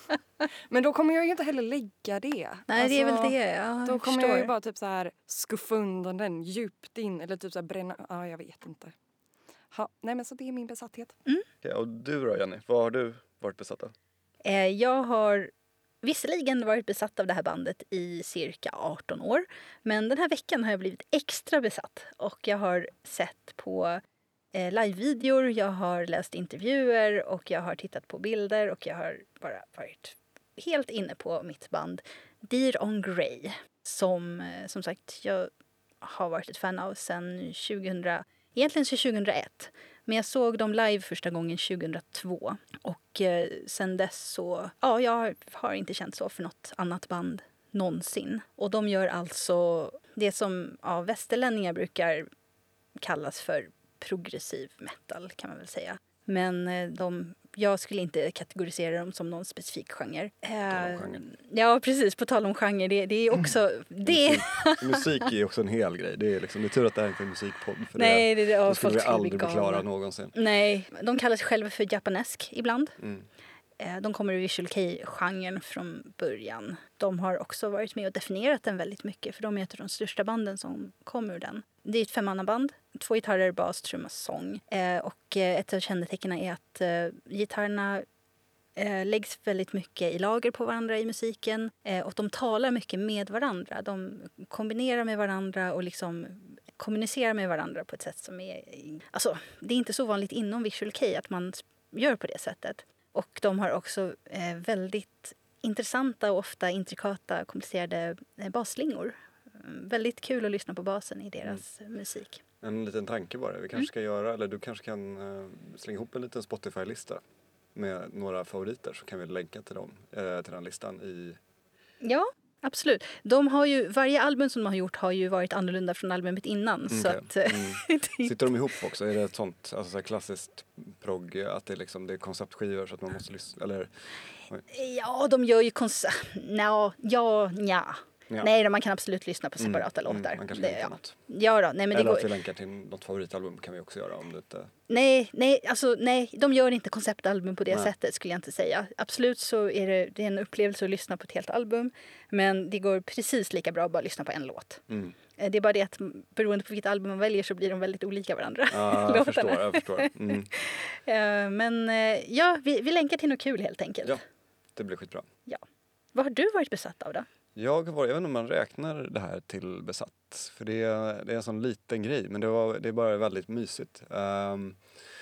Men då kommer jag ju inte heller lägga det. Nej, alltså, det är väl det. Ja, då jag kommer förstår. jag ju bara typ så här skuffa undan den djupt in. Eller typ så här bränna. Ja, jag vet inte. Ha, nej, men så det är min besatthet. Mm. Okay, och du då, Jenny? Vad har du varit besatt av? Eh, jag har visserligen varit besatt av det här bandet i cirka arton år. Men den här veckan har jag blivit extra besatt. Och jag har sett på eh, livevideor, jag har läst intervjuer och jag har tittat på bilder. Och jag har bara varit helt inne på mitt band Dir on Grey. Som, eh, som sagt, jag har varit ett fan av sedan tjugohundra, egentligen sedan tjugohundraett. Men jag såg dem live första gången tjugohundratvå. Och eh, sen dess så... Ja, jag har inte känt så för något annat band någonsin. Och de gör alltså det som ja, västerlänningar brukar kallas för progressiv metal, kan man väl säga. Men eh, de... Jag skulle inte kategorisera dem som någon specifik genre. Eh, genre. Ja, precis. På tal om genre. Det, det är också... Det... Musik, musik är också en hel grej. Det är, liksom, det är tur att det här inte är en musikpodd. För Nej, det, det, det, det ja, skulle folk vi aldrig bli bli klara galna. någonsin. Nej, de kallar sig själva för japanesk ibland. Mm. Eh, de kommer ur visual kei-genren från början. De har också varit med och definierat den väldigt mycket. För de är ett av de största banden som kommer ur den. Det är ett femmannaband. Två gitarrer, bas, trumma, sång. Eh, och eh, ett av kännetecknen är att eh, gitarrerna eh, läggs väldigt mycket i lager på varandra i musiken. Eh, och de talar mycket med varandra. De kombinerar med varandra och liksom kommunicerar med varandra på ett sätt som är... Alltså, det är inte så vanligt inom visual kei att man gör på det sättet. Och de har också eh, väldigt intressanta och ofta intrikata, komplicerade eh, basslingor. Mm, väldigt kul att lyssna på basen i deras mm. musik. En liten tanke bara. Vi kanske Mm. ska göra, eller du kanske kan uh, slänga ihop en liten Spotify-lista med några favoriter, så kan vi länka till dem, uh, till den listan i... Ja, absolut. De har ju, varje album som de har gjort har ju varit annorlunda från albumet innan. Mm, så okay. att, mm. Sitter de ihop också? Är det ett sånt alltså så här klassiskt progg, att det är, liksom, det är konceptskivor så att man måste lyssna? Eller? Ja, de gör ju koncept... No, ja, ja. Ja. Nej, man kan absolut lyssna på separata mm, låtar. Mm, man kanske det, länkar ja. något. Ja då, nej, men det Eller går... att vi länkar till något favoritalbum kan vi också göra om det inte... Nej, nej, alltså, nej, de gör inte konceptalbum på det nej. sättet skulle jag inte säga. Absolut så är det, det är en upplevelse att lyssna på ett helt album. Men det går precis lika bra att bara lyssna på en låt. Mm. Det är bara det att beroende på vilket album man väljer så blir de väldigt olika varandra. Ja, jag förstår, jag förstår. Mm. uh, men uh, ja, vi, vi länkar till något kul helt enkelt. Ja, det blir skitbra. Ja. Vad har du varit besatt av då? Jag har varit, jag vet inte om man räknar det här till besatt. För det är, det är en sån liten grej, men det, var, det är bara väldigt mysigt. Um,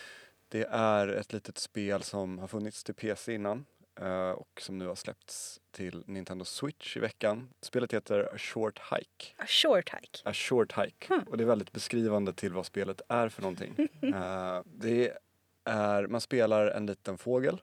det är ett litet spel som har funnits till P C innan. Uh, och som nu har släppts till Nintendo Switch i veckan. Spelet heter A Short Hike. A Short Hike? A Short Hike. Hmm. Och det är väldigt beskrivande till vad spelet är för någonting. uh, det är, man spelar en liten fågel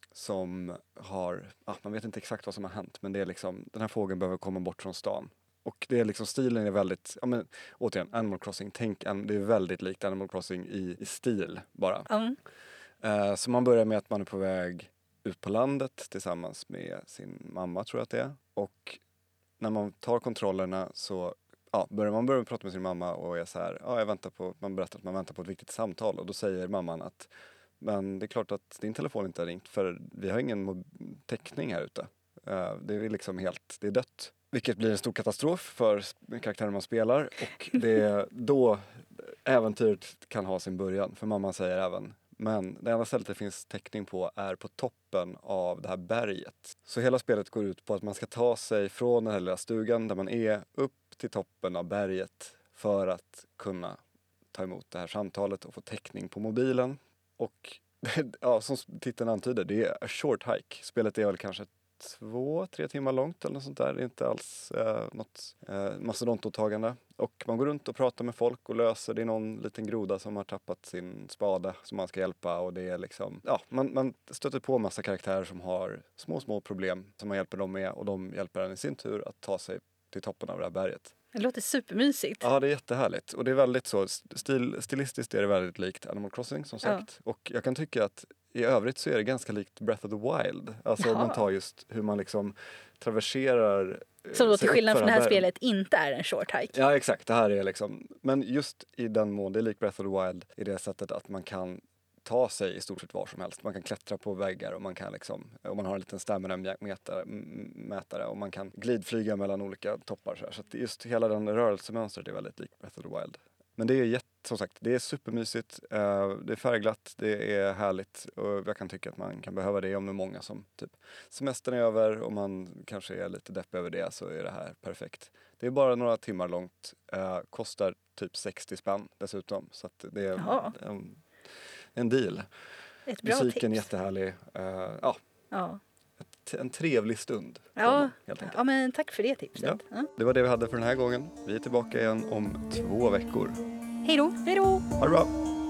som har, ah, man vet inte exakt vad som har hänt, men det är liksom, den här fågeln behöver komma bort från stan. Och det är liksom, stilen är väldigt, ja men återigen, Animal Crossing, tänk, det är väldigt likt Animal Crossing i, i stil bara. Mm. Uh, så man börjar med att man är på väg ut på landet tillsammans med sin mamma, tror jag att det är. Och när man tar kontrollerna så ja, börjar man börjar prata med sin mamma och är så här, ja, jag väntar på, man berättar att man väntar på ett viktigt samtal. Och då säger mamman att, men det är klart att din telefon inte har ringt för vi har ingen mob- täckning här ute. Uh, det är liksom helt, det är dött. Vilket blir en stor katastrof för karaktären man spelar. Och det är då äventyret kan ha sin början. För mamman säger även, men det enda stället det finns täckning på är på toppen av det här berget. Så hela spelet går ut på att man ska ta sig från den här lilla stugan där man är upp till toppen av berget för att kunna ta emot det här samtalet och få täckning på mobilen. Och ja, som titeln antyder, det är A Short Hike. Spelet är väl kanske två, tre timmar långt eller något sånt där. Det är inte alls eh, något eh, mastodontåtagande. Och man går runt och pratar med folk och löser. Det är någon liten groda som har tappat sin spade som man ska hjälpa. Och det är liksom, ja, man, man stöter på massa karaktärer som har små, små problem som man hjälper dem med. Och de hjälper en i sin tur att ta sig till toppen av det här berget. Det låter supermysigt. Ja, det är jättehärligt. Och det är väldigt så, stil, stilistiskt är det väldigt likt Animal Crossing som sagt. Ja. Och jag kan tycka att i övrigt så är det ganska likt Breath of the Wild. Alltså om man tar just hur man liksom traverserar. Som då till skillnad från det här bergen. spelet inte är en short hike. Ja, exakt. Det här är liksom, men just i den mån det är likt Breath of the Wild i det sättet att man kan ta sig i stort sett var som helst. Man kan klättra på väggar och man kan liksom, och man har en liten stamina-mätare mätare, och man kan glidflyga mellan olika toppar. Så, här. Så att just hela den rörelsemönstret är väldigt likt Breath of the Wild. Men det är jätte, som sagt, det är supermysigt, uh, det är färgglatt, det är härligt och jag kan tycka att man kan behöva det om det är många som typ semestern är över och man kanske är lite depp över det, så är det här perfekt. Det är bara några timmar långt, uh, kostar typ sextio spänn dessutom, så att det är en, en deal. Ett bra Musiken tips. Jättehärlig, uh, ja. Ja. Ett, en trevlig stund. Ja. Helt enkelt. Ja, men tack för det tipset. Ja. Ja. Det var det vi hade för den här gången. Vi är tillbaka igen om två veckor. Hej då! Hej då! Ha det bra!